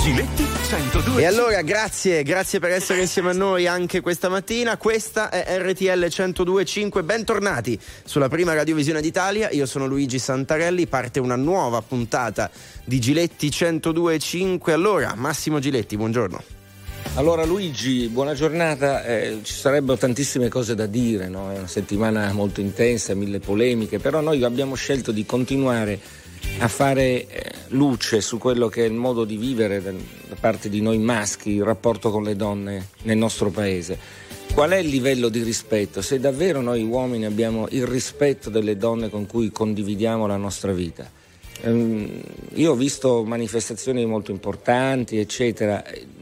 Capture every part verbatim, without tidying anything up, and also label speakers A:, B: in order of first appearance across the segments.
A: Giletti centodue.
B: E allora grazie, grazie per essere insieme a noi anche questa mattina. Questa è R T L centodue e cinque. Bentornati sulla prima radiovisione d'Italia. Io sono Luigi Santarelli. Parte una nuova puntata di Giletti centodue e cinque. Allora, Massimo Giletti, buongiorno.
C: Allora Luigi, buona giornata. Eh, ci sarebbero tantissime cose da dire, no? È una settimana molto intensa, mille polemiche, però noi abbiamo scelto di continuare a fare eh, luce su quello che è il modo di vivere da, da parte di noi maschi, il rapporto con le donne nel nostro paese. Qual è il livello di rispetto? Se davvero noi uomini abbiamo il rispetto delle donne con cui condividiamo la nostra vita. Ehm, io ho visto manifestazioni molto importanti, eccetera,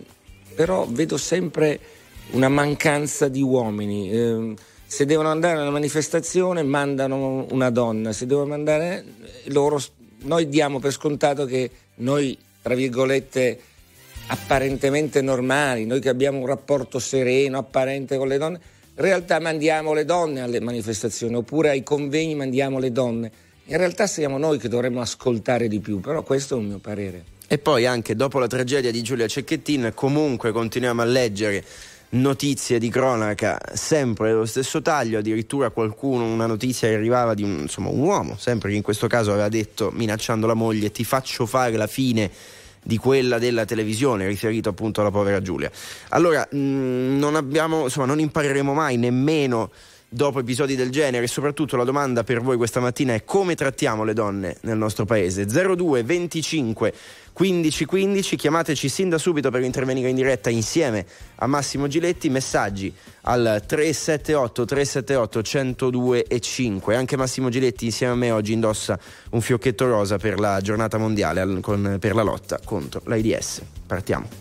C: però vedo sempre una mancanza di uomini. Ehm, se devono andare a una manifestazione mandano una donna, se devono mandare loro. Noi diamo per scontato che noi, tra virgolette, apparentemente normali, noi che abbiamo un rapporto sereno, apparente con le donne, in realtà mandiamo le donne alle manifestazioni, oppure ai convegni mandiamo le donne. In realtà siamo noi che dovremmo ascoltare di più, però questo è un mio parere.
B: E poi anche dopo la tragedia di Giulia Cecchettin comunque continuiamo a leggere notizie di cronaca sempre dello stesso taglio. Addirittura qualcuno, una notizia che arrivava di un, insomma, un uomo, sempre che in questo caso aveva detto, minacciando la moglie, ti faccio fare la fine di quella della televisione, riferito appunto alla povera Giulia. Allora mh, non abbiamo, insomma, non impareremo mai nemmeno dopo episodi del genere, e soprattutto la domanda per voi questa mattina è: come trattiamo le donne nel nostro paese? zero due venticinque quindici quindici, chiamateci sin da subito per intervenire in diretta insieme a Massimo Giletti. Messaggi al tre sette otto tre sette otto centodue e cinque. Anche Massimo Giletti insieme a me oggi indossa un fiocchetto rosa per la giornata mondiale al, con, per la lotta contro l'AIDS. Partiamo.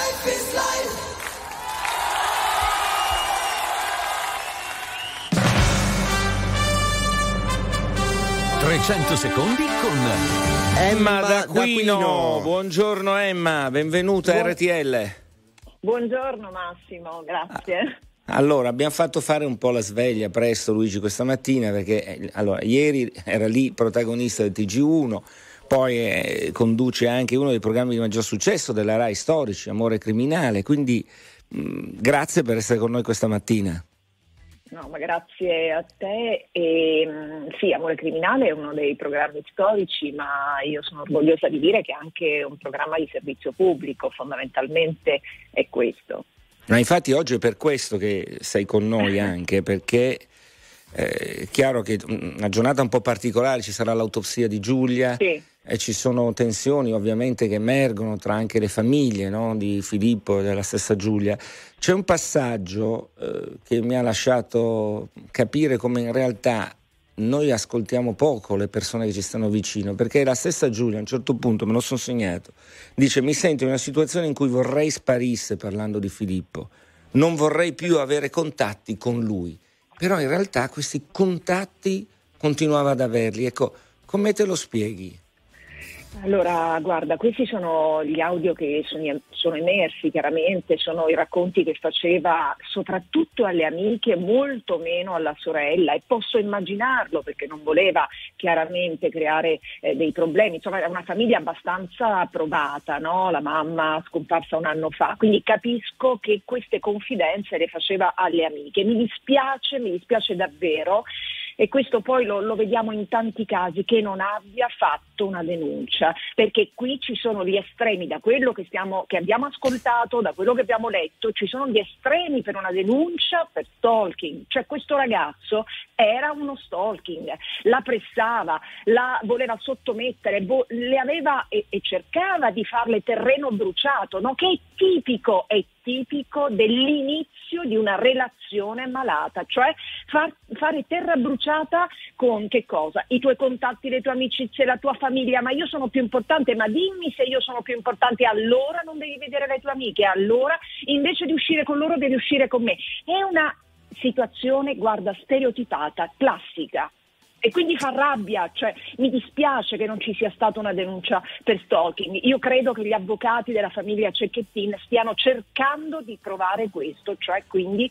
A: Life is life.
D: trecento secondi con
C: Emma D'Aquino. D'Aquino. Buongiorno Emma, benvenuta a
E: Buon...
C: R T L.
E: Buongiorno Massimo, grazie.
C: Allora, abbiamo fatto fare un po' la sveglia presto Luigi questa mattina perché allora, ieri era lì protagonista del T G uno, poi eh, conduce anche uno dei programmi di maggior successo della Rai storici, Amore Criminale, quindi mh, grazie per essere con noi questa mattina.
E: No, ma grazie a te. E, sì, Amore Criminale è uno dei programmi storici, ma io sono orgogliosa di dire che è anche un programma di servizio pubblico, fondamentalmente è questo.
C: Ma infatti oggi è per questo che sei con noi anche, perché eh, è chiaro che una giornata un po' particolare, ci sarà l'autopsia di Giulia.
E: Sì.
C: E ci sono tensioni ovviamente che emergono tra anche le famiglie, no? Di Filippo e della stessa Giulia. C'è un passaggio eh, che mi ha lasciato capire come in realtà noi ascoltiamo poco le persone che ci stanno vicino, perché la stessa Giulia a un certo punto, me lo sono segnato, dice: mi sento in una situazione in cui vorrei sparisse, parlando di Filippo, non vorrei più avere contatti con lui, però in realtà questi contatti continuava ad averli. Ecco, come te lo spieghi?
E: Allora, guarda, questi sono gli audio che sono, sono emersi, chiaramente, sono i racconti che faceva soprattutto alle amiche, molto meno alla sorella, e posso immaginarlo perché non voleva chiaramente creare eh, dei problemi. Insomma, era una famiglia abbastanza provata, no? La mamma scomparsa un anno fa, quindi capisco che queste confidenze le faceva alle amiche. Mi dispiace, mi dispiace davvero. E questo poi lo, lo vediamo in tanti casi, che non abbia fatto una denuncia, perché qui ci sono gli estremi, da quello che, stiamo, che abbiamo ascoltato, da quello che abbiamo letto, ci sono gli estremi per una denuncia per stalking. Cioè questo ragazzo era uno stalking, la pressava, la voleva sottomettere, vo- le aveva e, e cercava di farle terreno bruciato, no? Che è tipico, è tipico dell'inizio di una relazione malata, cioè far, fare terra bruciata con che cosa? I tuoi contatti, le tue amicizie, la tua famiglia. Ma io sono più importante, ma dimmi se io sono più importante, allora non devi vedere le tue amiche, allora invece di uscire con loro devi uscire con me. È una situazione, guarda, stereotipata, classica. E quindi fa rabbia, cioè mi dispiace che non ci sia stata una denuncia per stalking. Io credo che gli avvocati della famiglia Cecchettin stiano cercando di provare questo, cioè quindi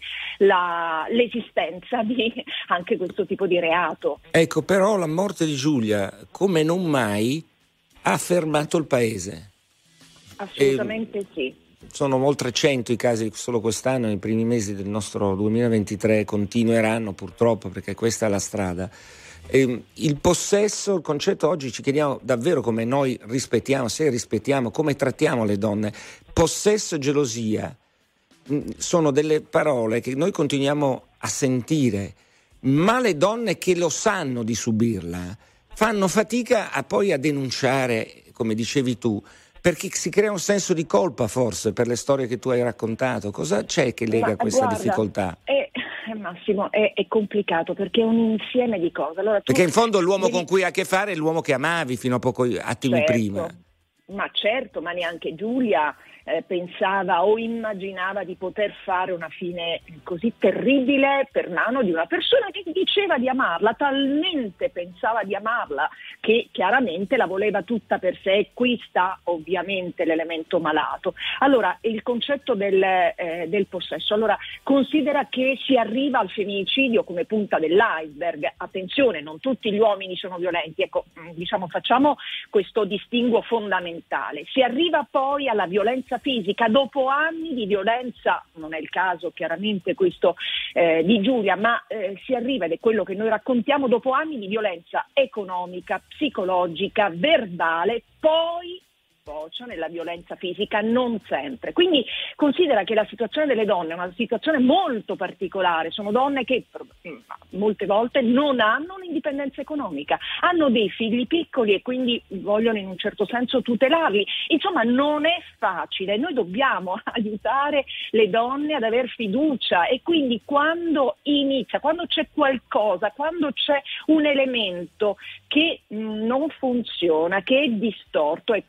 E: la, l'esistenza di anche questo tipo di reato.
C: Ecco, però la morte di Giulia, come non mai, ha fermato il paese.
E: Assolutamente e sì.
C: Sono oltre cento i casi solo quest'anno, nei primi mesi del nostro duemilaventitré continueranno purtroppo, perché questa è la strada. Eh, il possesso, il concetto, oggi ci chiediamo davvero come noi rispettiamo, se rispettiamo, come trattiamo le donne. Possesso e gelosia mh, sono delle parole che noi continuiamo a sentire, ma le donne che lo sanno di subirla fanno fatica a poi a denunciare, come dicevi tu, perché si crea un senso di colpa forse per le storie che tu hai raccontato. Cosa c'è che lega
E: Ma,
C: questa
E: guarda,
C: difficoltà?
E: È... Massimo, è, è complicato perché è un insieme di cose. Allora, tu
C: perché in fondo l'uomo
E: devi...
C: con cui hai a che fare è l'uomo che amavi fino a poco attimi
E: certo,
C: prima.
E: Ma certo, ma neanche Giulia eh, pensava o immaginava di poter fare una fine così terribile per mano di una persona che diceva di amarla, talmente pensava di amarla che chiaramente la voleva tutta per sé, e qui sta ovviamente l'elemento malato. Allora, il concetto del, eh, del possesso, allora considera che si arriva al femminicidio come punta dell'iceberg. Attenzione, non tutti gli uomini sono violenti, ecco, diciamo, facciamo questo distinguo fondamentale. Si arriva poi alla violenza fisica dopo anni di violenza, non è il caso chiaramente questo eh, di Giulia, ma eh, si arriva, ed è quello che noi raccontiamo, dopo anni di violenza economica, psicologica, verbale, poi sfocia nella violenza fisica, non sempre. Quindi considera che la situazione delle donne è una situazione molto particolare, sono donne che molte volte non hanno un'indipendenza economica, hanno dei figli piccoli e quindi vogliono in un certo senso tutelarli. Insomma, non è facile, noi dobbiamo aiutare le donne ad aver fiducia, e quindi quando inizia, quando c'è qualcosa, quando c'è un elemento che non funziona, che è distorto, ecco lì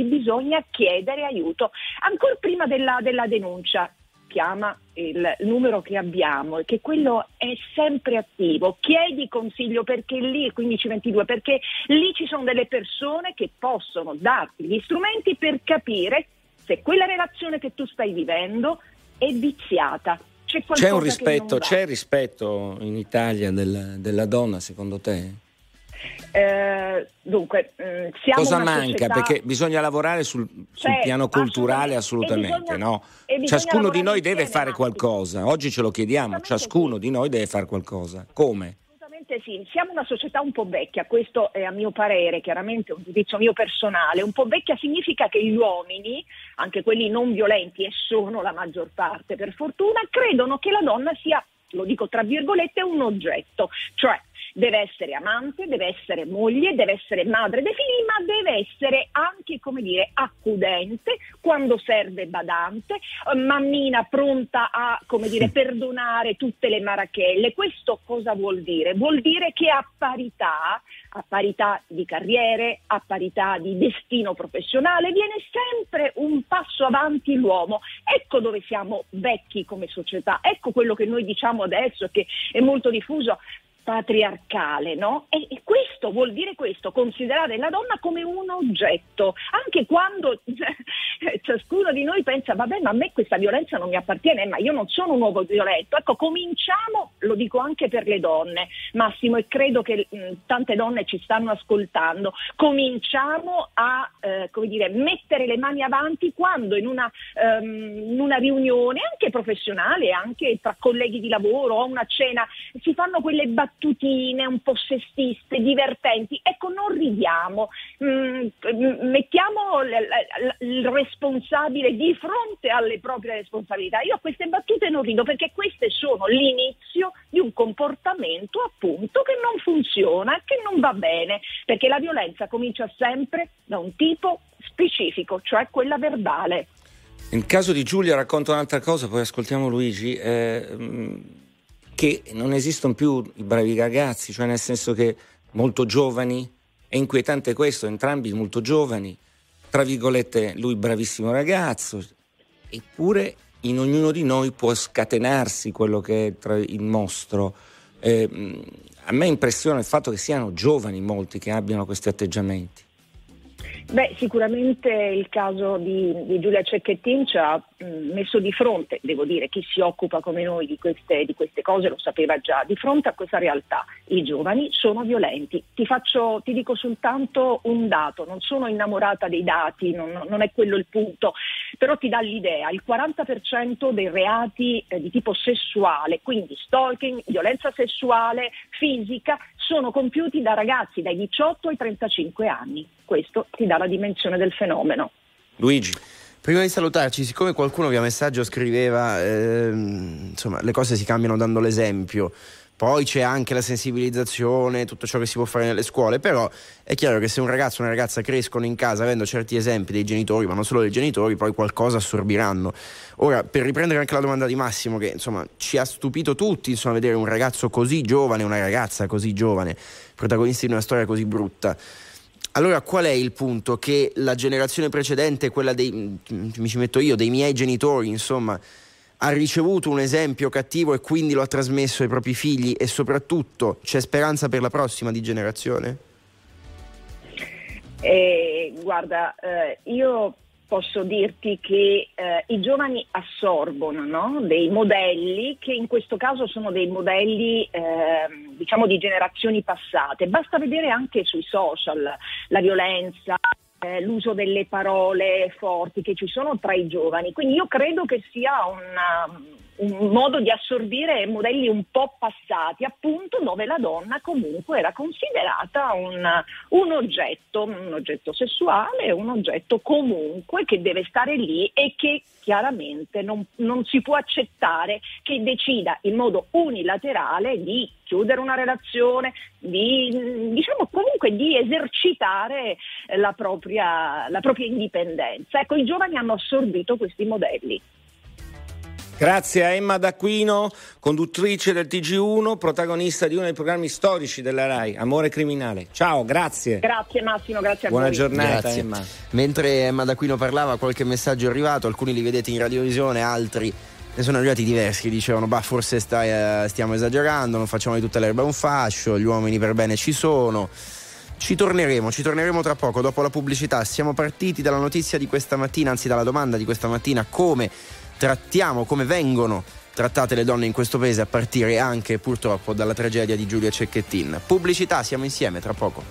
E: bisogna chiedere aiuto. Ancora prima della, della denuncia, chiama il numero che abbiamo, che quello è sempre attivo, chiedi consiglio perché lì, quindici ventidue, perché lì ci sono delle persone che possono darti gli strumenti per capire se quella relazione che tu stai vivendo è viziata. C'è,
C: c'è un rispetto, c'è rispetto in Italia della, della donna, secondo te?
E: Eh, dunque, mh, siamo
C: cosa
E: una
C: manca?
E: società...
C: Perché bisogna lavorare sul, sul
E: C'è,
C: piano culturale assolutamente,
E: bisogna,
C: no? Ciascuno di noi deve fare qualcosa. Oggi ce lo chiediamo, ciascuno sì. di noi deve fare qualcosa. Come?
E: Assolutamente sì, siamo una società un po' vecchia, questo è a mio parere, chiaramente un giudizio mio personale. Un po' vecchia significa che gli uomini, anche quelli non violenti, e sono la maggior parte per fortuna, credono che la donna sia, lo dico tra virgolette, un oggetto, cioè deve essere amante, deve essere moglie, deve essere madre dei figli, ma deve essere anche, come dire, accudente, quando serve badante, mammina pronta a, come dire, perdonare tutte le marachelle. Questo cosa vuol dire? Vuol dire che a parità, a parità di carriere, a parità di destino professionale, viene sempre un passo avanti l'uomo. Ecco dove siamo vecchi come società, ecco quello che noi diciamo adesso, che è molto diffuso, patriarcale, no? E, e questo vuol dire questo, considerare la donna come un oggetto, anche quando ciascuno di noi pensa, vabbè, ma a me questa violenza non mi appartiene, ma io non sono un uomo violento. Ecco, cominciamo, lo dico anche per le donne, Massimo, e credo che mh, tante donne ci stanno ascoltando, cominciamo a, eh, come dire, mettere le mani avanti quando in una, um, in una riunione, anche professionale, anche tra colleghi di lavoro o una cena, si fanno quelle battute battutine un po' sessiste, divertenti. Ecco, non ridiamo, mm, mettiamo l- l- il responsabile di fronte alle proprie responsabilità. Io a queste battute non rido, perché queste sono l'inizio di un comportamento appunto che non funziona, che non va bene, perché la violenza comincia sempre da un tipo specifico, cioè quella verbale.
C: In caso di Giulia racconto un'altra cosa, poi ascoltiamo Luigi. Eh, che non esistono più i bravi ragazzi, cioè nel senso che molto giovani, è inquietante questo, entrambi molto giovani, tra virgolette lui bravissimo ragazzo, eppure in ognuno di noi può scatenarsi quello che è tra il mostro. Eh, a me impressiona il fatto che siano giovani molti che abbiano questi atteggiamenti.
E: Beh, sicuramente il caso di, di Giulia Cecchettin ci ha mh, messo di fronte, devo dire, chi si occupa come noi di queste, di queste cose lo sapeva già, di fronte a questa realtà. I giovani sono violenti. Ti faccio, ti dico soltanto un dato, non sono innamorata dei dati, non, non è quello il punto, però ti dà l'idea, il quaranta per cento dei reati eh, di tipo sessuale, quindi stalking, violenza sessuale, fisica, sono compiuti da ragazzi dai diciotto ai trentacinque anni. Questo ti dà la dimensione del fenomeno.
C: Luigi.
B: Prima di salutarci, siccome qualcuno via messaggio scriveva ehm, insomma, le cose si cambiano dando l'esempio, poi c'è anche la sensibilizzazione, tutto ciò che si può fare nelle scuole, però è chiaro che se un ragazzo e una ragazza crescono in casa avendo certi esempi dei genitori, ma non solo dei genitori, poi qualcosa assorbiranno. Ora, per riprendere anche la domanda di Massimo, che insomma ci ha stupito tutti, insomma, vedere un ragazzo così giovane, una ragazza così giovane, protagonisti di una storia così brutta. Allora qual è il punto? Che la generazione precedente, quella dei, mi ci metto io, dei miei genitori, insomma, ha ricevuto un esempio cattivo e quindi lo ha trasmesso ai propri figli, e soprattutto c'è speranza per la prossima di generazione?
E: Eh, guarda, eh, io posso dirti che eh, i giovani assorbono, no? Dei modelli che in questo caso sono dei modelli eh, diciamo di generazioni passate. Basta vedere anche sui social la violenza, eh, l'uso delle parole forti che ci sono tra i giovani, quindi io credo che sia una, un modo di assorbire modelli un po' passati, appunto, dove la donna comunque era considerata un, un oggetto, un oggetto sessuale, un oggetto comunque che deve stare lì e che chiaramente non, non si può accettare che decida in modo unilaterale di chiudere una relazione, di, diciamo comunque di esercitare la propria, la propria indipendenza. Ecco, i giovani hanno assorbito questi modelli.
C: Grazie a Emma D'Aquino, conduttrice del T G uno, protagonista di uno dei programmi storici della Rai, Amore criminale. Ciao, grazie.
E: Grazie Massimo, grazie a
C: Buona
E: voi.
C: giornata,
B: Grazie.
C: Emma.
B: Mentre Emma D'Aquino parlava, qualche messaggio è arrivato, alcuni li vedete in radiovisione, altri ne sono arrivati diversi che dicevano bah forse stai, eh, stiamo esagerando, non facciamo di tutta l'erba un fascio, gli uomini per bene ci sono. Ci torneremo, ci torneremo tra poco dopo la pubblicità. Siamo partiti dalla notizia di questa mattina, anzi dalla domanda di questa mattina: come trattiamo, come vengono trattate le donne in questo paese, a partire anche purtroppo dalla tragedia di Giulia Cecchettin. Pubblicità, siamo insieme tra poco.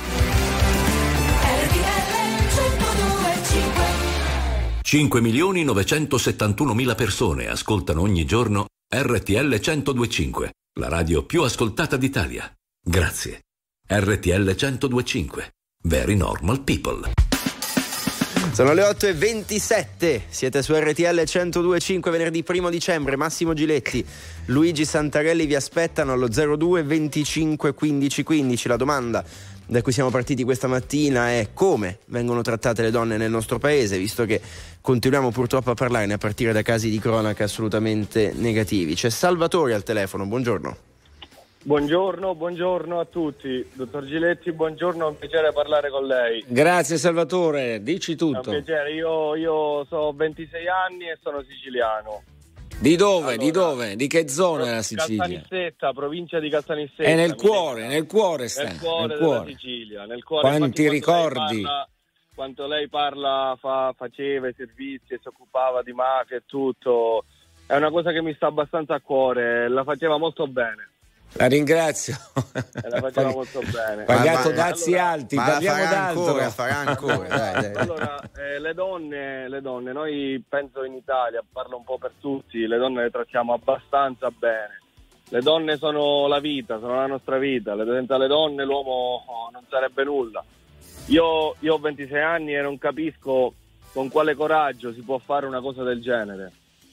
D: cinque milioni novecentosettantunomila persone ascoltano ogni giorno R T L centodue e cinque, la radio più ascoltata d'Italia. Grazie. R T L centodue e cinque. Very normal people.
B: Sono le otto e ventisette, siete su R T L centodue e cinque, venerdì primo dicembre. Massimo Giletti, Luigi Santarelli vi aspettano allo zero due venticinque quindici quindici. La domanda da cui siamo partiti questa mattina è: come vengono trattate le donne nel nostro paese, visto che continuiamo purtroppo a parlarne a partire da casi di cronaca assolutamente negativi. C'è Salvatore al telefono, buongiorno.
A: Buongiorno, buongiorno a tutti. Dottor Giletti, buongiorno, è un piacere parlare con lei.
C: Grazie Salvatore, dici tutto.
A: È un piacere, io, io ho ventisei anni e sono siciliano.
C: Di dove?
A: Allora,
C: di dove? Di che zona della Sicilia?
A: Caltanissetta, provincia di Caltanissetta.
C: È nel cuore, nel cuore sta.
A: Nel cuore,
C: nel
A: della
C: cuore.
A: Sicilia. Nel cuore.
C: Quanti
A: Infatti,
C: ricordi?
A: Quando lei parla, quando lei parla fa, faceva i servizi e si occupava di mafia e tutto, è una cosa che mi sta abbastanza a cuore, la faceva molto bene.
C: La ringrazio.
A: E la faceva molto bene.
C: Pagato
B: Ma- ma-
C: dazi
A: allora-
C: alti,
B: Ma
C: parliamo
B: farà
C: d'altro.
B: ancora, farà ancora, dai, dai.
A: Allora, eh, le donne, le donne, noi penso in Italia, parlo un po' per tutti, le donne le trattiamo abbastanza bene. Le donne sono la vita, sono la nostra vita, le- senza le donne l'uomo oh, non sarebbe nulla. Io, io ho ventisei anni e non capisco con quale coraggio si può fare una cosa del genere.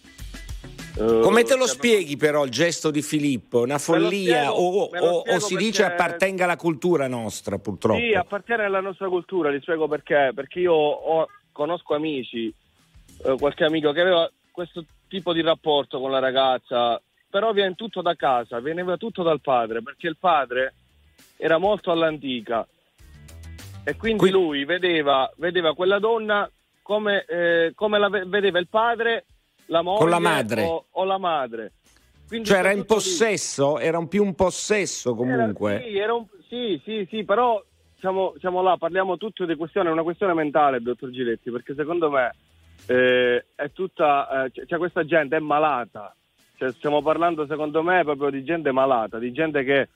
A: Uh,
C: Come te lo
A: cioè,
C: spieghi però il gesto di Filippo? Una follia
A: spiego,
C: o,
A: me lo
C: o-
A: spiego
C: o si dice
A: perché-
C: appartenga alla cultura nostra, purtroppo?
A: Sì, appartiene alla nostra cultura, ti spiego perché. Perché io ho, conosco amici, eh, qualche amico che aveva questo tipo di rapporto con la ragazza, però viene tutto da casa, veniva tutto dal padre, perché il padre era molto all'antica e quindi
C: Qui-
A: lui vedeva, vedeva quella donna come, eh, come la ve- vedeva il padre, la moglie
C: Con la madre.
A: O, o la madre. Quindi
C: Cioè era
A: sta
C: in
A: tutto lì.
C: possesso? Era un più un possesso comunque?
A: Era- sì, era un- sì, sì, sì, però siamo, siamo là, parliamo tutto di questione, è una questione mentale, dottor Giletti, perché secondo me eh, è tutta, eh, c'è, c'è questa gente è malata, cioè, stiamo parlando secondo me proprio di gente malata, di gente che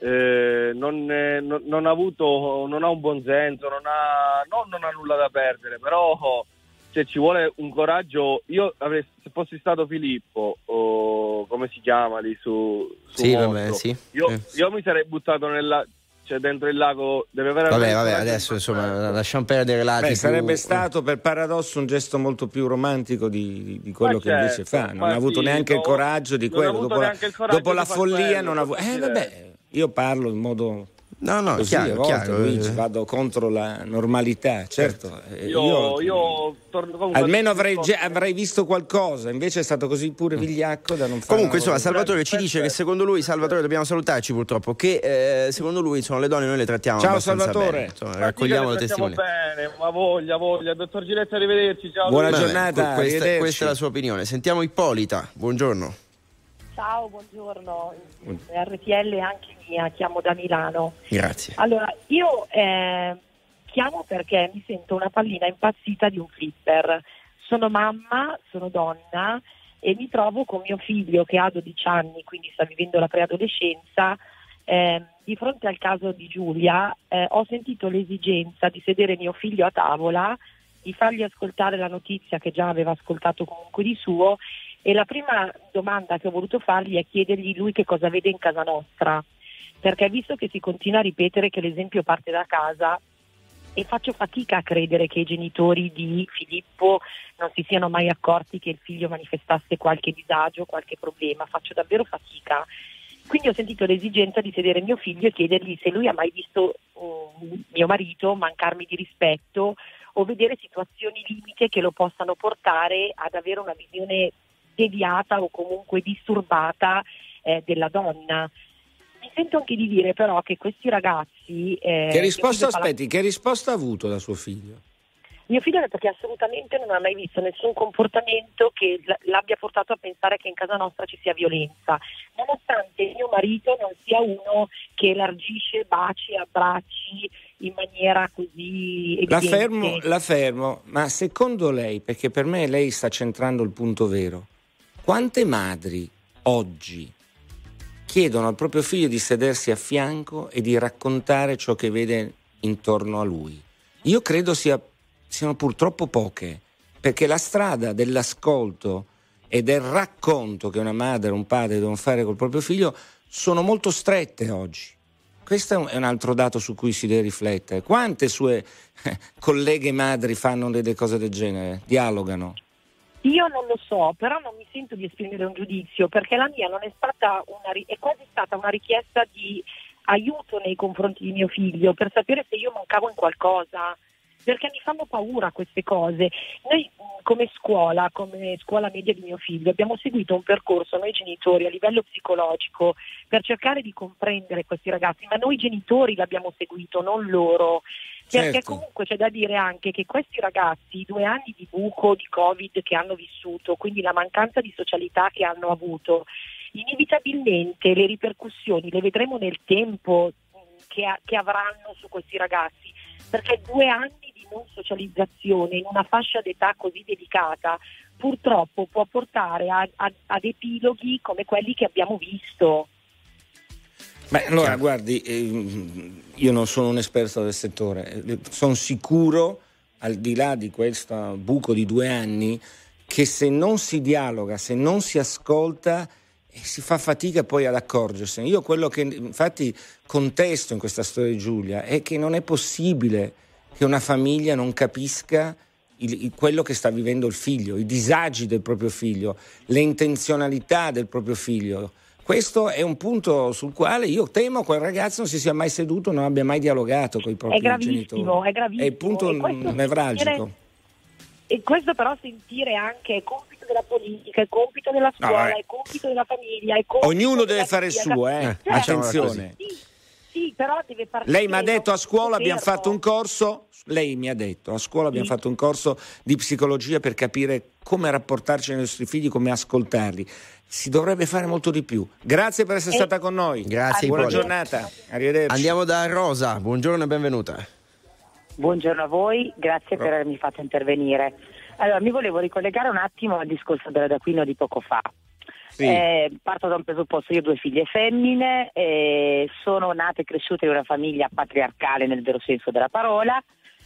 A: eh, non, eh, non, non ha avuto, non ha un buon senso, non ha, no, non ha nulla da perdere, però se ci vuole un coraggio, io avrei, se fossi stato Filippo o come si chiama lì su, su
B: Sì,
A: Mostro,
B: vabbè, sì.
A: io,
B: Eh.
A: io mi sarei buttato nella, cioè dentro il lago, deve avere
B: Vabbè,
A: il
B: vabbè,
A: coraggio
B: adesso
A: di
B: insomma
A: fare-
B: lasciamo perdere lati
C: Beh,
B: più-
C: sarebbe stato per paradosso un gesto molto più romantico di, di- di quello
A: Ma
C: che invece
A: certo,
C: fa. Non
A: ma
C: ha avuto
A: sì,
C: neanche il
A: no,
C: coraggio di
A: non ha
C: quello.
A: avuto
C: Dopo la,
A: neanche il coraggio
C: dopo la
A: di far
C: follia
A: quello,
C: non ha avuto. Eh,
A: posso
C: vabbè, io parlo in modo.
B: No, no,
C: Così,
B: chiaro,
C: a volte,
B: chiaro.
C: Luigi, vado contro la normalità, certo. eh,
A: Io, io torno comunque
C: almeno
A: al
C: avrei,
A: discorso-
C: già- avrei visto qualcosa, invece è stato così pure vigliacco da non fare.
B: Comunque
C: una
B: insomma
C: cosa-
B: Salvatore ci dice che secondo lui, Salvatore dobbiamo salutarci purtroppo, che eh, secondo lui insomma le donne noi le trattiamo
C: Ciao,
B: abbastanza
C: Salvatore.
B: bene. Insomma,
A: Ma
B: raccogliamo
A: sì,
B: le
A: che trattiamo
B: testimonianze.
A: bene, ma voglia, voglia. Dottor Giletti, arrivederci. Ciao.
C: Buona
A: Luigi.
B: Vabbè,
C: giornata,
B: questa,
C: arrivederci.
B: questa è la sua opinione. Sentiamo Ippolita, buongiorno.
F: Ciao, buongiorno, R T L anche mia, chiamo da Milano.
B: Grazie.
F: Allora, io eh, chiamo perché mi sento una pallina impazzita di un flipper. Sono mamma, sono donna e mi trovo con mio figlio che ha dodici anni, quindi sta vivendo la preadolescenza. Eh, di fronte al caso di Giulia eh, ho sentito l'esigenza di sedere mio figlio a tavola, di fargli ascoltare la notizia che già aveva ascoltato comunque di suo. E la prima domanda che ho voluto fargli è chiedergli lui che cosa vede in casa nostra, perché visto che si continua a ripetere che l'esempio parte da casa e faccio fatica a credere che i genitori di Filippo non si siano mai accorti che il figlio manifestasse qualche disagio, qualche problema, faccio davvero fatica. Quindi ho sentito l'esigenza di sedere mio figlio e chiedergli se lui ha mai visto um, mio marito mancarmi di rispetto o vedere situazioni limite che lo possano portare ad avere una visione deviata o comunque disturbata eh, della donna. Mi sento anche di dire però che questi ragazzi... Eh,
C: che risposta,
F: che
C: aspetti, che risposta ha avuto da suo figlio?
F: Mio figlio ha detto che assolutamente non ha mai visto nessun comportamento che l'abbia portato a pensare che in casa nostra ci sia violenza, nonostante mio marito non sia uno che elargisce baci e abbracci in maniera così evidente.
C: La fermo, la fermo, ma secondo lei, perché per me lei sta centrando il punto vero, quante madri oggi chiedono al proprio figlio di sedersi a fianco e di raccontare ciò che vede intorno a lui? Io credo sia siano purtroppo poche, perché la strada dell'ascolto e del racconto che una madre e un padre devono fare col proprio figlio sono molto strette oggi. Questo è un altro dato su cui si deve riflettere. Quante sue eh, colleghe madri fanno delle cose del genere? Dialogano?
F: Io non lo so, però non mi sento di esprimere un giudizio, perché la mia non è stata una, è quasi stata una richiesta di aiuto nei confronti di mio figlio, per sapere se io mancavo in qualcosa, perché mi fanno paura queste cose. Noi come scuola, come scuola media di mio figlio, abbiamo seguito un percorso, noi genitori, a livello psicologico, per cercare di comprendere questi ragazzi, ma noi genitori l'abbiamo seguito, non loro. Perché
C: certo.
F: Comunque c'è da dire anche che questi ragazzi, i due anni di buco, di Covid che hanno vissuto, quindi la mancanza di socialità che hanno avuto, inevitabilmente le ripercussioni le vedremo nel tempo che, a, che avranno su questi ragazzi, perché due anni di non socializzazione in una fascia d'età così delicata purtroppo può portare a, a, ad epiloghi come quelli che abbiamo visto.
C: Beh, allora guardi, eh, io non sono un esperto del settore, eh, sono sicuro, al di là di questo buco di due anni, che se non si dialoga, se non si ascolta, eh, si fa fatica poi ad accorgersene. Io quello che infatti contesto in questa storia di Giulia è che non è possibile che una famiglia non capisca il, il, quello che sta vivendo il figlio, i disagi del proprio figlio, le intenzionalità del proprio figlio. Questo è un punto sul quale io temo quel ragazzo non si sia mai seduto, non abbia mai dialogato con i propri
F: è gravissimo,
C: genitori.
F: È gravissimo,
C: è il punto nevralgico.
F: Sentire, e questo però sentire anche è compito della politica, è compito della scuola,
C: no,
F: è compito della famiglia. È compito
C: Ognuno
F: della
C: deve fare il
F: famiglia.
C: suo, eh?
F: Cioè,
C: Attenzione.
F: Sì, sì, però deve partire.
C: Lei mi ha detto a scuola abbiamo
F: fermo.
C: fatto un corso, lei mi ha detto a scuola abbiamo
F: sì.
C: fatto un corso di psicologia per capire come rapportarci ai nostri figli, come ascoltarli. Si dovrebbe fare molto di più. Grazie per essere
F: e...
C: stata con noi.
B: Grazie.
C: Buona
B: Ippolito.
C: giornata. Arrivederci.
B: Andiamo da Rosa. Buongiorno e benvenuta.
G: Buongiorno a voi, grazie per avermi fatto intervenire. Allora, mi volevo ricollegare un attimo al discorso della D'Aquino di poco fa.
C: Sì.
G: Eh, parto da un presupposto, io ho due figlie femmine, eh, sono nate e cresciute in una famiglia patriarcale nel vero senso della parola.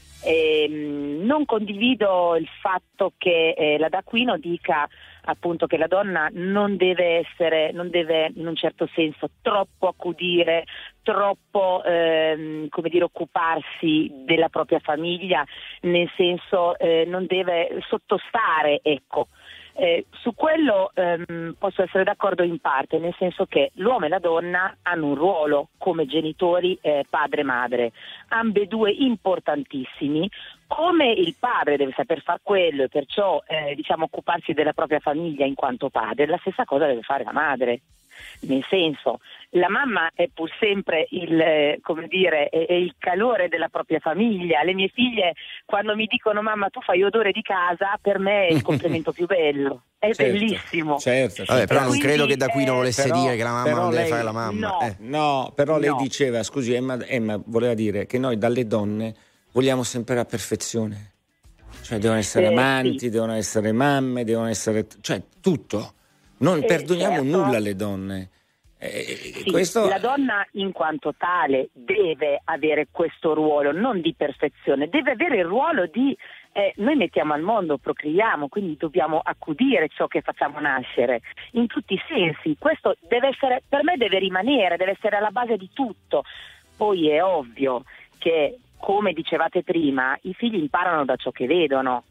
G: Eh, non condivido il fatto che eh, la D'Aquino dica appunto che la donna non deve essere, non deve in un certo senso troppo accudire, troppo ehm, come dire occuparsi della propria famiglia, nel senso eh, non deve sottostare, ecco. Eh, su quello ehm, posso essere d'accordo in parte, nel senso che l'uomo e la donna hanno un ruolo come genitori, eh, padre e madre, ambedue importantissimi. Come il padre deve saper fare quello e perciò eh, diciamo occuparsi della propria famiglia in quanto padre, la stessa cosa deve fare la madre. Nel senso, la mamma è pur sempre il, eh, come dire, è, è il calore della propria famiglia. Le mie figlie quando mi dicono mamma tu fai odore di casa, per me è il complimento più bello, è
C: certo,
G: bellissimo.
C: Certo, certo.
B: Vabbè, però non
G: Quindi,
B: credo che D'Aquino
G: eh,
B: volesse
C: però-
B: dire che la mamma
C: però
B: non deve
C: lei-
B: fare la mamma.
G: no.
B: Eh.
C: No, però lei
G: No.
C: diceva, scusi, Emma, Emma voleva dire che noi dalle donne vogliamo sempre la perfezione. Cioè devono essere
G: Eh,
C: amanti,
G: sì.
C: devono essere mamme, devono essere... cioè tutto. Non
G: Eh,
C: perdoniamo
G: certo.
C: nulla alle donne. Eh,
G: Sì,
C: questo...
G: la donna in quanto tale deve avere questo ruolo, non di perfezione, deve avere il ruolo di eh, noi mettiamo al mondo, procreiamo, quindi dobbiamo accudire ciò che facciamo nascere in tutti i sensi. Questo deve essere, per me deve rimanere, deve essere alla base di tutto. Poi è ovvio che, come dicevate prima, i figli imparano da ciò che vedono.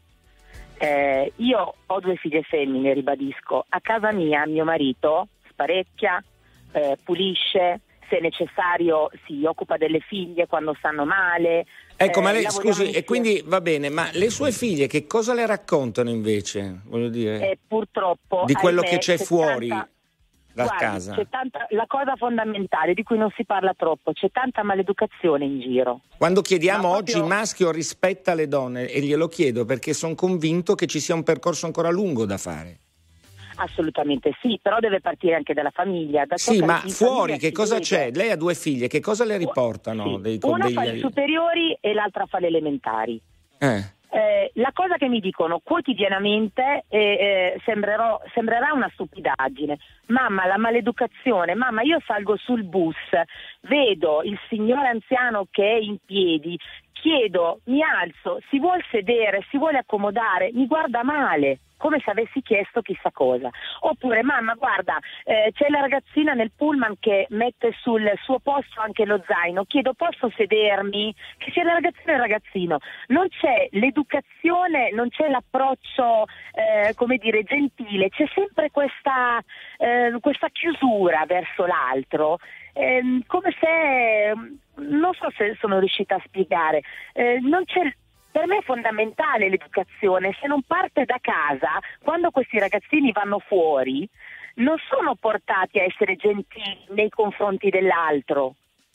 G: Eh, io ho due figlie femmine, ribadisco, a casa mia mio marito sparecchia, Eh, pulisce, se è necessario si occupa delle figlie quando stanno male.
C: Ecco,
G: eh,
C: ma lei,
G: lavoriamo
C: scusi, e
G: insieme.
C: quindi va bene, ma le sue figlie che cosa le raccontano invece? Voglio dire,
G: Eh, purtroppo
C: di quello
G: ahimè,
C: che c'è
G: c'è
C: fuori
G: tanta-
C: da
G: Guardi,
C: casa?
G: c'è tanta, la cosa fondamentale di cui non si parla troppo, c'è tanta maleducazione in giro.
C: Quando chiediamo
G: Ma
C: oggi
G: proprio-
C: il maschio rispetta le donne, e glielo chiedo perché sono convinto che ci sia un percorso ancora lungo da fare.
G: Assolutamente sì, però deve partire anche dalla famiglia. Da ciò
C: Sì,
G: che
C: ma
G: in
C: fuori
G: famiglia
C: che
G: si
C: cosa
G: vede.
C: c'è? Lei ha due figlie, che cosa le riportano?
G: Sì,
C: Dei, con
G: una
C: degli...
G: fa le superiori e l'altra fa le elementari.
C: Eh.
G: Eh, la cosa che mi dicono quotidianamente eh, eh, sembrerò, sembrerà una stupidaggine: mamma, la maleducazione, mamma, io salgo sul bus, vedo il signore anziano che è in piedi, chiedo, mi alzo, si vuol sedere, si vuole accomodare, mi guarda male, come se avessi chiesto chissà cosa. Oppure, mamma, guarda, eh, c'è la ragazzina nel pullman che mette sul suo posto anche lo zaino, chiedo, posso sedermi? Che sia la ragazzina e il ragazzino. Non c'è l'educazione, non c'è l'approccio, eh, come dire, gentile, c'è sempre questa, eh, questa chiusura verso l'altro, eh, come se, non so se sono riuscita a spiegare, eh, non c'è... Per me è fondamentale l'educazione, se non parte da casa, quando questi ragazzini vanno fuori, non sono portati a essere gentili nei confronti dell'altro.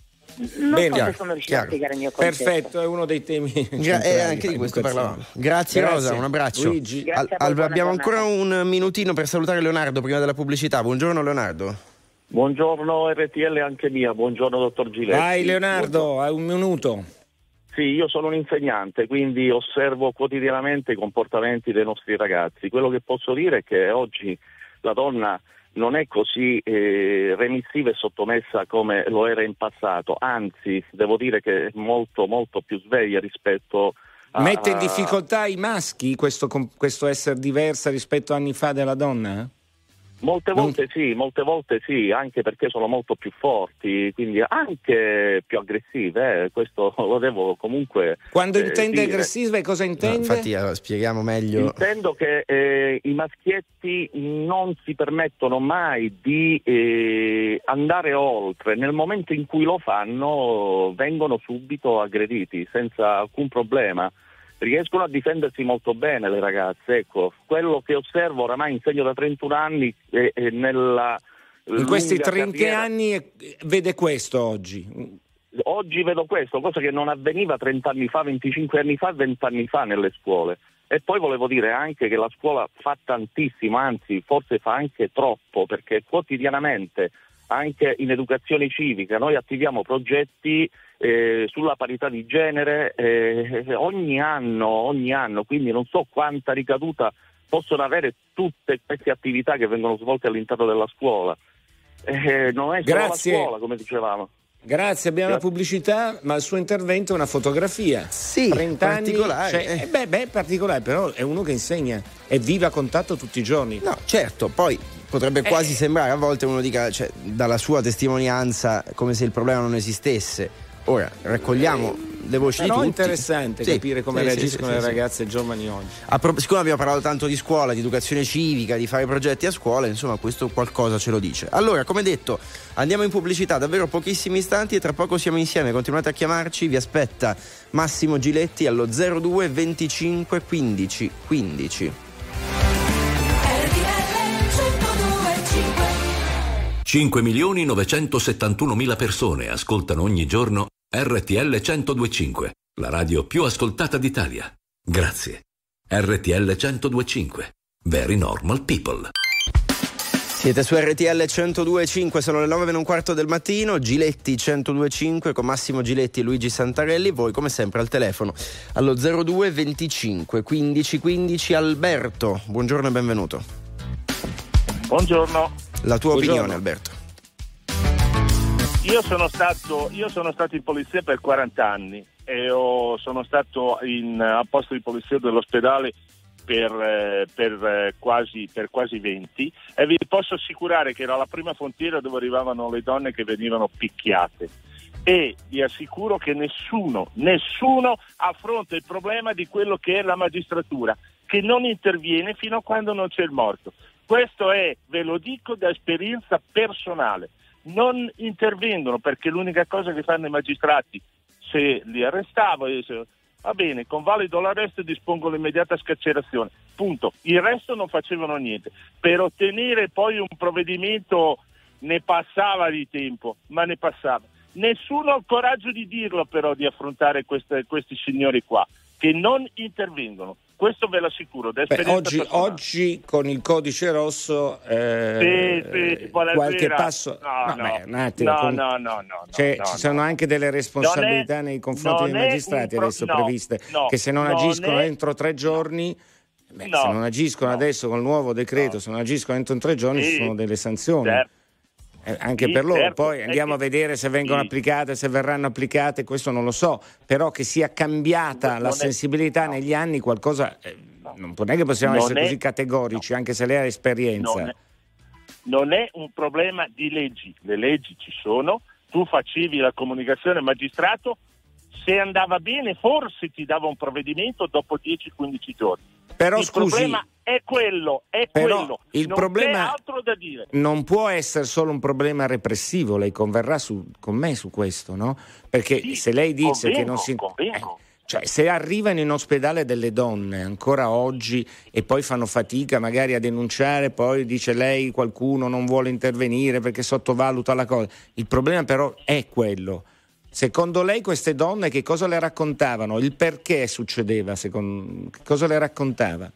G: Non
C: Bene,
G: so
C: chiaro,
G: se sono riuscita
B: chiaro.
G: a spiegare il mio concetto.
C: Perfetto, è uno dei temi
B: Gra-
C: centrali
B: eh, anche di
C: della
B: questo
C: educazione.
B: parlavamo. Grazie,
C: Grazie.
B: Rosa, un abbraccio.
C: Luigi.
G: Grazie a voi,
B: Al-
G: buona
B: abbiamo
G: giornata.
B: ancora un minutino per salutare Leonardo prima della pubblicità. Buongiorno Leonardo.
H: Buongiorno R T L anche mia, buongiorno dottor Giletti.
C: Vai Leonardo, hai un minuto.
H: Sì, io sono un insegnante, quindi osservo quotidianamente i comportamenti dei nostri ragazzi. Quello che posso dire è che oggi la donna non è così eh, remissiva e sottomessa come lo era in passato, anzi devo dire che è molto molto più sveglia rispetto a...
C: Mette in difficoltà i maschi questo, com- questo essere diversa rispetto a anni fa della donna?
H: Molte volte sì, molte volte sì, anche perché sono molto più forti, quindi anche più aggressive, eh, questo lo devo comunque
C: Quando
H: eh,
C: intende
H: dire.
C: aggressive cosa
B: No,
C: intende?
B: infatti allora, spieghiamo meglio.
H: Intendo che eh, i maschietti non si permettono mai di eh, andare oltre, nel momento in cui lo fanno vengono subito aggrediti senza alcun problema. Riescono a difendersi molto bene le ragazze, ecco, quello che osservo oramai insegno da trentuno anni e, e nella
C: In questi
H: lunga
C: trenta
H: carriera,
C: anni eh, vede questo oggi.
H: oggi vedo questo, cosa che non avveniva trenta anni fa, venticinque anni fa, venti anni fa nelle scuole. E poi volevo dire anche che la scuola fa tantissimo, anzi forse fa anche troppo, perché quotidianamente anche in educazione civica noi attiviamo progetti eh, sulla parità di genere eh, ogni anno, ogni anno, quindi non so quanta ricaduta possono avere tutte queste attività che vengono svolte all'interno della scuola. Eh, non è solo
C: Grazie.
H: la scuola, come dicevamo.
C: Grazie, abbiamo
H: Grazie.
C: la pubblicità, ma il suo intervento è una fotografia.
B: Sì,
C: trenta anni,
B: particolare,
C: cioè,
B: eh.
C: eh, beh, beh, particolare, però è uno che insegna e vive a contatto tutti i giorni.
B: No, certo, poi potrebbe quasi
C: Eh.
B: sembrare a volte uno dica, cioè, dalla sua testimonianza come se il problema non esistesse. Ora raccogliamo le voci
C: Però
B: di
C: è
B: tutti.
C: interessante
B: Sì,
C: capire come
B: sì,
C: reagiscono
B: sì,
C: le
B: sì, sì.
C: ragazze giovani oggi.
B: A pro- siccome abbiamo parlato tanto di scuola, di educazione civica, di fare progetti a scuola, insomma questo qualcosa ce lo dice. Allora, come detto, andiamo in pubblicità davvero pochissimi istanti e tra poco siamo insieme, continuate a chiamarci, vi aspetta Massimo Giletti allo zero due venticinque quindici quindici.
D: cinque milioni novecentosettantunomila persone ascoltano ogni giorno R T L centodue e cinque, la radio più ascoltata d'Italia. Grazie. R T L centodue e cinque. Very normal people.
B: Siete su R T L centodue e cinque, sono le nove meno un quarto del mattino, Giletti centodue e cinque con Massimo Giletti e Luigi Santarelli, voi come sempre al telefono allo zero due venticinque quindici quindici. Alberto, buongiorno e benvenuto.
I: Buongiorno.
B: La tua
C: Buongiorno.
B: opinione, Alberto?
I: Io sono stato io sono stato in polizia per quaranta anni e ho, sono stato in, a posto di polizia dell'ospedale per, eh, per, eh, quasi, per quasi venti e vi posso assicurare che era la prima frontiera dove arrivavano le donne che venivano picchiate e vi assicuro che nessuno, nessuno affronta il problema di quello che è la magistratura, che non interviene fino a quando non c'è il morto. Questo è, ve lo dico da esperienza personale. non intervengono, perché l'unica cosa che fanno i magistrati, se li arrestavo, e se, va bene, con valido l'arresto dispongo l'immediata scarcerazione, punto. Il resto non facevano niente. Per ottenere poi un provvedimento ne passava di tempo, ma ne passava. Nessuno ha il coraggio di dirlo, però, di affrontare queste, questi signori qua, che non intervengono. Questo ve l'assicuro.
C: Beh, oggi, oggi con il codice rosso eh,
I: sì, sì,
C: qualche
I: vera.
C: passo
I: no,
C: no,
I: no,
C: beh, un attimo,
I: no,
C: con...
I: no, no, no,
C: cioè,
I: no,
C: ci
I: no,
C: sono
I: no.
C: anche delle responsabilità
I: è,
C: nei confronti dei magistrati
I: pro...
C: adesso
I: no,
C: previste
I: no,
C: che se non
I: non
C: agiscono
I: è...
C: entro tre giorni beh,
I: no,
C: se non agiscono
I: no,
C: adesso con il nuovo decreto
I: no.
C: se non agiscono entro tre giorni
I: sì,
C: ci sono delle sanzioni,
I: certo.
C: Eh, anche
I: sì,
C: per loro,
I: certo.
C: poi andiamo che, a vedere se vengono sì. applicate, se verranno applicate, questo non lo so, però che sia cambiata non la è, sensibilità no. negli anni qualcosa, eh, no. non è che possiamo non essere è, così categorici, no. anche se lei ha esperienza.
I: Non è, non è un problema di leggi, le leggi ci sono, tu facevi la comunicazione al magistrato, se andava bene forse ti dava un provvedimento dopo dieci quindici giorni.
C: Però
I: il
C: scusi,
I: problema è quello, è
C: però
I: quello.
C: Il
I: non
C: problema
I: c'è altro da dire.
C: Non può essere solo un problema repressivo, lei converrà su, con me su questo, no? Perché
I: sì,
C: se lei dice
I: convengo,
C: che non si...
I: Eh,
C: cioè, se arrivano in ospedale delle donne ancora oggi e poi fanno fatica magari a denunciare, poi dice lei qualcuno non vuole intervenire perché sottovaluta la cosa. Il problema però è quello. Secondo lei queste donne che cosa le raccontavano? Il perché succedeva? Secondo... Che cosa le raccontava?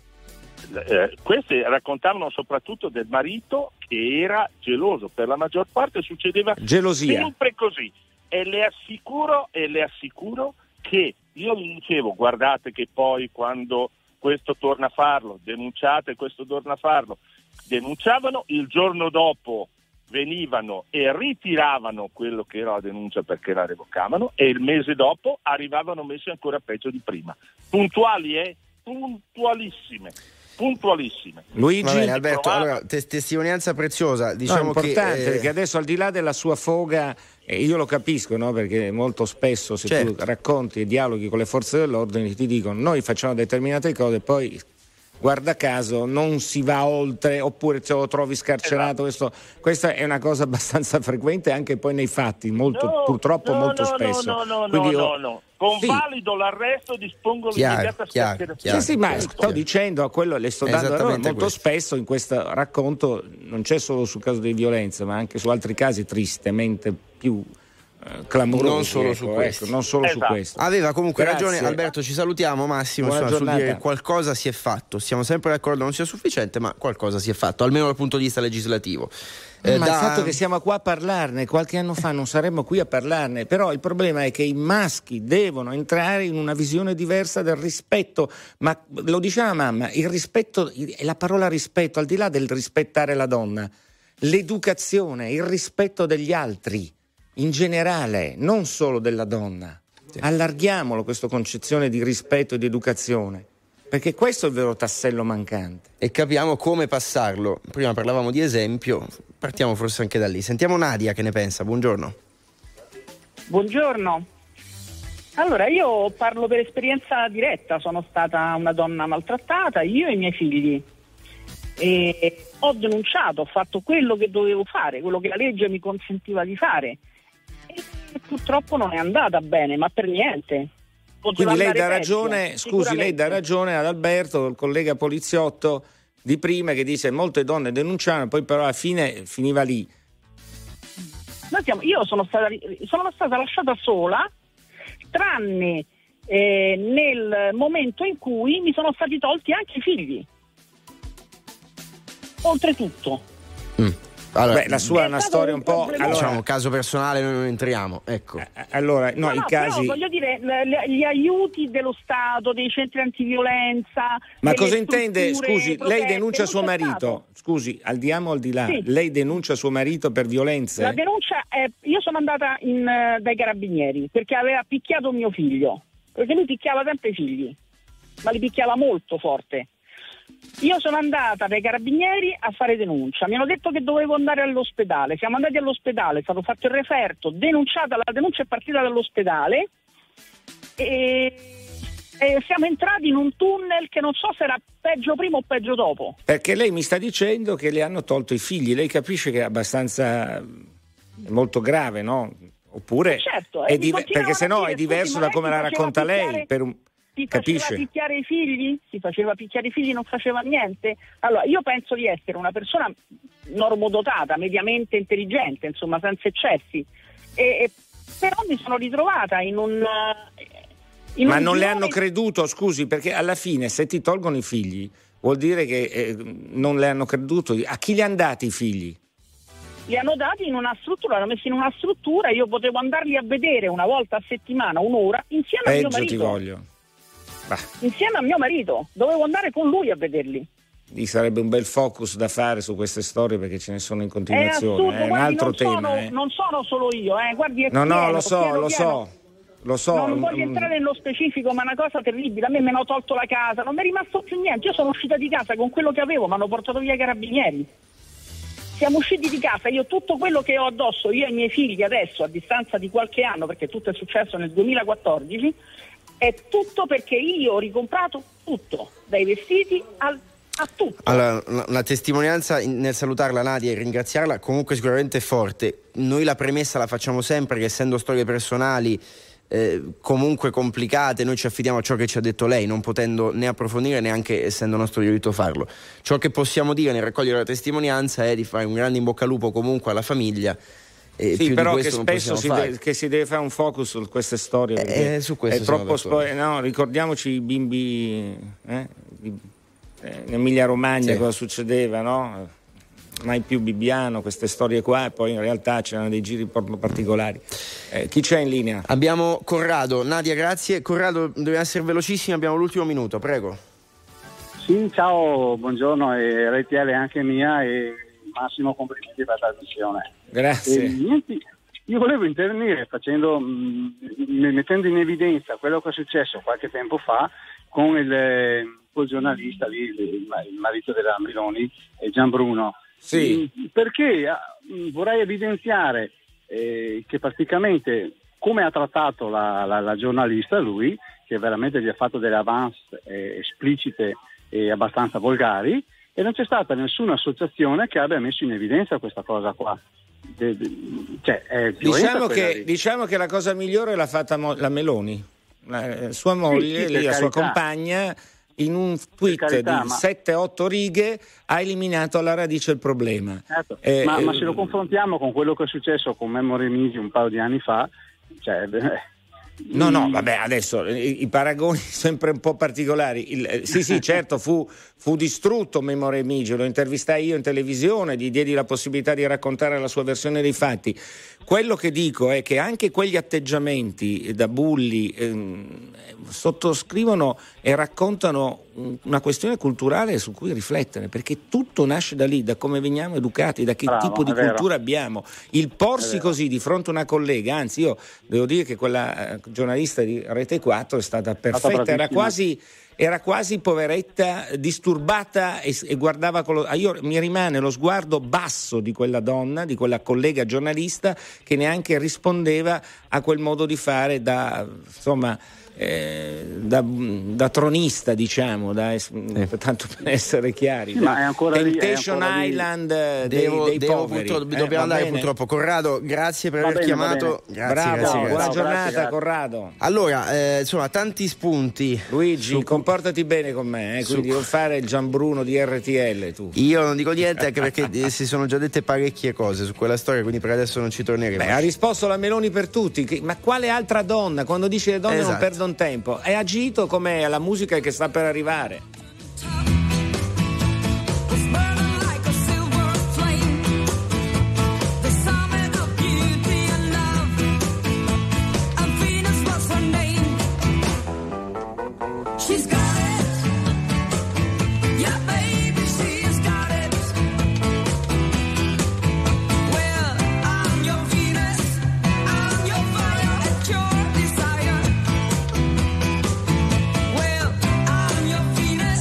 I: Eh, queste raccontavano soprattutto del marito che era geloso. Per la maggior parte succedeva
C: gelosia.
I: Sempre così. E le assicuro, e le assicuro che io gli dicevo, guardate che poi quando questo torna a farlo, denunciate questo torna a farlo, denunciavano, il giorno dopo venivano e ritiravano quello che era la denuncia perché la revocavano e il mese dopo arrivavano messi ancora peggio di prima. Puntuali, eh? Puntualissime. Puntualissime.
B: Luigi, va bene, Alberto, allora, tes- testimonianza preziosa, diciamo
C: no, importante,
B: che, eh...
C: perché adesso al di là della sua foga, eh, io lo capisco, no? Perché molto spesso se certo. tu racconti e dialoghi con le forze dell'ordine ti dicono noi facciamo determinate cose, poi guarda caso non si va oltre oppure ce lo trovi scarcerato. Esatto. Questo, questa è una cosa abbastanza frequente anche poi nei fatti, molto,
I: no,
C: purtroppo
I: no,
C: molto
I: no,
C: spesso.
I: No, no,
C: Quindi
I: no,
C: io...
I: no, no. Con sì. valido l'arresto dispongo l'immediata scarcerazione.
C: Sì, sì, ma sto dicendo a quello le sto dando errore. Molto questo. Spesso in questo racconto non c'è solo sul caso di violenza, ma anche su altri casi tristemente più eh, clamorosi.
B: Non solo
C: ecco,
B: su questo.
C: Ecco, non solo
I: esatto.
C: su questo.
B: Aveva comunque
C: Grazie.
B: ragione Alberto, ci salutiamo. Massimo insomma, sul dire che qualcosa si è fatto. Siamo sempre d'accordo non sia sufficiente, ma qualcosa si è fatto, almeno dal punto di vista legislativo.
C: Eh, ma da... il fatto che siamo qua a parlarne, qualche anno fa non saremmo qui a parlarne, però il problema è che i maschi devono entrare in una visione diversa del rispetto, ma lo diceva mamma, il rispetto, la parola rispetto, al di là del rispettare la donna, l'educazione, il rispetto degli altri, in generale, non solo della donna. Sì. Allarghiamolo questa concezione di rispetto e di educazione, perché questo è il vero tassello mancante.
B: E capiamo come passarlo. Prima parlavamo di esempio, partiamo forse anche da lì. Sentiamo Nadia che ne pensa. Buongiorno.
J: Buongiorno. Allora, io parlo per esperienza diretta, sono stata una donna maltrattata, io e i miei figli. E ho denunciato, ho fatto quello che dovevo fare, quello che la legge mi consentiva di fare. E purtroppo non è andata bene, ma per niente.
C: Quindi lei dà ragione, peggio, scusi, lei dà ragione ad Alberto, il collega poliziotto di prima, che dice molte donne denunciano, poi però alla fine finiva lì.
J: Noi siamo, io sono stata, sono stata lasciata sola, tranne eh, nel momento in cui mi sono stati tolti anche i figli. Oltretutto.
B: Mm. Allora,
C: beh, la sua è una storia un, un po'.
B: Allora, diciamo, caso personale noi non entriamo, ecco.
C: Eh, allora, no,
J: no,
C: i
J: no,
C: casi.
J: Però, voglio dire, le, gli aiuti dello Stato, dei centri antiviolenza.
C: Ma cosa intende? Scusi, protette, lei denuncia suo marito. Stato. Scusi, andiamo al di là. Sì. Lei denuncia suo marito per violenze?
J: La denuncia è. Io sono andata in, dai carabinieri perché aveva picchiato mio figlio. Perché lui picchiava sempre i figli, ma li picchiava molto forte. Io sono andata dai carabinieri a fare denuncia, mi hanno detto che dovevo andare all'ospedale, siamo andati all'ospedale, è stato fatto il referto, denunciata, la denuncia è partita dall'ospedale e, e siamo entrati in un tunnel che non so se era peggio prima o peggio dopo.
C: Perché lei mi sta dicendo che le hanno tolto i figli, lei capisce che è abbastanza è molto grave, no? Oppure
J: certo,
C: è div- perché sennò è diverso da come la racconta lei. Per un...
J: Si
C: Capisce?
J: faceva picchiare i figli? Si faceva picchiare i figli, non faceva niente? Allora, io penso di essere una persona normodotata, mediamente intelligente, insomma, senza eccessi. E, e, però mi sono ritrovata in un... In
C: Ma
J: un
C: non
J: girone...
C: le hanno creduto, scusi, perché alla fine se ti tolgono i figli vuol dire che eh, non le hanno creduto. A chi li hanno dati i figli?
J: Li hanno dati in una struttura, l'hanno messi in una struttura, io potevo andarli a vedere una volta a settimana, un'ora, insieme a mio
C: Peggio
J: marito.
C: ti voglio. Bah.
J: Insieme a mio marito, dovevo andare con lui a vederli.
C: Lì sarebbe un bel focus da fare su queste storie perché ce ne sono in continuazione.
J: È assurdo,
C: è un
J: guardi,
C: altro
J: non
C: tema.
J: Sono,
C: eh.
J: Non sono solo io, eh. Guardi, è
C: No,
J: pieno,
C: no, lo so,
J: pieno,
C: lo
J: pieno.
C: so. Lo so.
J: Non voglio entrare nello specifico, ma è una cosa terribile. A me mi hanno tolto la casa, non mi è rimasto più niente. Io sono uscita di casa con quello che avevo, mi hanno portato via i carabinieri. Siamo usciti di casa, io tutto quello che ho addosso, io e i miei figli adesso, a distanza di qualche anno, perché tutto è successo nel duemilaquattordici, è tutto perché io ho ricomprato tutto, dai vestiti al, a tutto.
B: Allora, una testimonianza nel salutarla Nadia e ringraziarla comunque sicuramente forte. Noi la premessa la facciamo sempre che essendo storie personali eh, comunque complicate, noi ci affidiamo a ciò che ci ha detto lei, non potendo né approfondire neanche essendo nostro diritto farlo. Ciò che possiamo dire nel raccogliere la testimonianza è di fare un grande in bocca al lupo comunque alla famiglia. E
C: sì,
B: più
C: però
B: di
C: che
B: questo
C: spesso si deve, che si deve fare un focus su queste storie perché
B: eh, su questo
C: è troppo spo- no, ricordiamoci i bimbi eh, in Emilia Romagna sì. Cosa succedeva, no? Mai più Bibbiano, queste storie qua, e poi in realtà c'erano dei giri particolari. Eh, chi c'è in linea?
B: Abbiamo Corrado. Nadia, grazie. Corrado, dobbiamo essere velocissimi, abbiamo l'ultimo minuto, prego.
K: Sì, ciao, buongiorno, e R T L anche mia e massimo complimenti per la trasmissione.
C: Grazie.
K: E, niente, io volevo intervenire facendo, mh, mettendo in evidenza quello che è successo qualche tempo fa con il, il giornalista lì, il, il marito della Meloni, Gianbruno.
C: Sì.
K: Perché uh, vorrei evidenziare eh, che praticamente come ha trattato la, la, la giornalista lui, che veramente gli ha fatto delle avance eh, esplicite e abbastanza volgari, e non c'è stata nessuna associazione che abbia messo in evidenza questa cosa qua. De, de, cioè, è
C: diciamo, che, diciamo che la cosa migliore l'ha fatta mo- la Meloni, la, sua moglie,
K: sì, sì,
C: lì, la
K: carità.
C: sua compagna, in un tweet
K: carità,
C: di
K: ma...
C: sette otto righe ha eliminato alla radice il problema.
K: Certo.
C: Eh,
K: ma,
C: eh,
K: ma se lo confrontiamo con quello che è successo con Memory Misi un paio di anni fa, cioè...
C: No, no, vabbè, adesso i, i paragoni sempre un po' particolari. Il, eh, sì, sì, certo, fu, fu distrutto Memory Migi, lo intervistai io in televisione, gli diedi la possibilità di raccontare la sua versione dei fatti. Quello che dico è che anche quegli atteggiamenti da bulli ehm, sottoscrivono e raccontano una questione culturale su cui riflettere, perché tutto nasce da lì, da come veniamo educati, da che
K: Bravo,
C: tipo di
K: vero.
C: cultura abbiamo. Il porsi così di fronte a una collega, anzi io devo dire che quella eh, giornalista di Rete quattro è stata perfetta, era quasi, era quasi poveretta, disturbata e, e guardava con lo, io, mi rimane lo sguardo basso di quella donna, di quella collega giornalista che neanche rispondeva a quel modo di fare da, insomma, Eh, da, da tronista, diciamo, da, eh. tanto per essere chiari,
K: sì, ma è ancora
C: Temptation
K: lì, è ancora
C: Island
K: lì.
C: dei,
B: devo,
C: dei
B: devo
C: poveri.
B: purtroppo,
C: Eh,
B: dobbiamo andare
C: bene.
B: purtroppo. Corrado, grazie per
K: Va
B: aver
K: bene,
B: chiamato.
K: va
B: Grazie,
C: Bravo,
B: grazie,
C: buona
B: grazie.
C: giornata,
K: grazie, grazie.
C: Corrado.
B: Allora, eh, insomma, tanti spunti.
C: Luigi,
B: su...
C: comportati bene con me, eh, quindi
B: su...
C: non fare il Gianbruno di R T L tu.
B: Io non dico niente anche perché si sono già dette parecchie cose su quella storia, quindi per adesso non ci torneremo.
C: Beh, ha risposto la Meloni per tutti, che, ma quale altra donna? Quando dice le donne
B: esatto.
C: non perdono tempo, è agito come la musica che sta per arrivare.
L: She's got it, yeah baby, she's got it. Well, I'm your Venus, I'm your fire, at your desire. Well, I'm your Venus.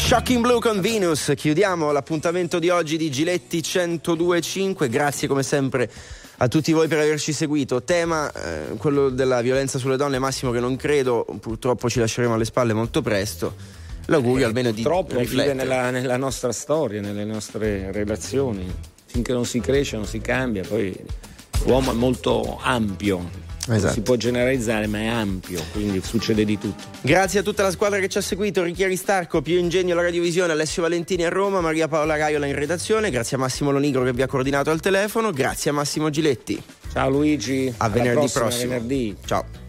B: Shocking Blue con Venus. Chiudiamo l'appuntamento di oggi di Giletti centodue e cinque. Grazie come sempre a tutti voi per averci seguito. Tema eh, quello della violenza sulle donne, Massimo, che non credo purtroppo ci lasceremo alle spalle molto presto. L'augurio
C: eh,
B: almeno di
C: purtroppo
B: riflettere
C: vive nella, nella nostra storia, nelle nostre relazioni. Finché non si cresce, non si cambia. Poi l'uomo è molto ampio.
B: Esatto.
C: Si può generalizzare, ma è ampio, quindi succede di tutto.
B: Grazie a tutta la squadra che ci ha seguito: Ricchieri Starco, Pio Ingegno alla radiovisione, Alessio Valentini a Roma, Maria Paola Raiola in redazione. Grazie a Massimo Lonigro che vi ha coordinato al telefono. Grazie a Massimo Giletti.
C: Ciao Luigi,
B: a venerdì
C: prossima,
B: prossimo.
C: venerdì.
B: Ciao.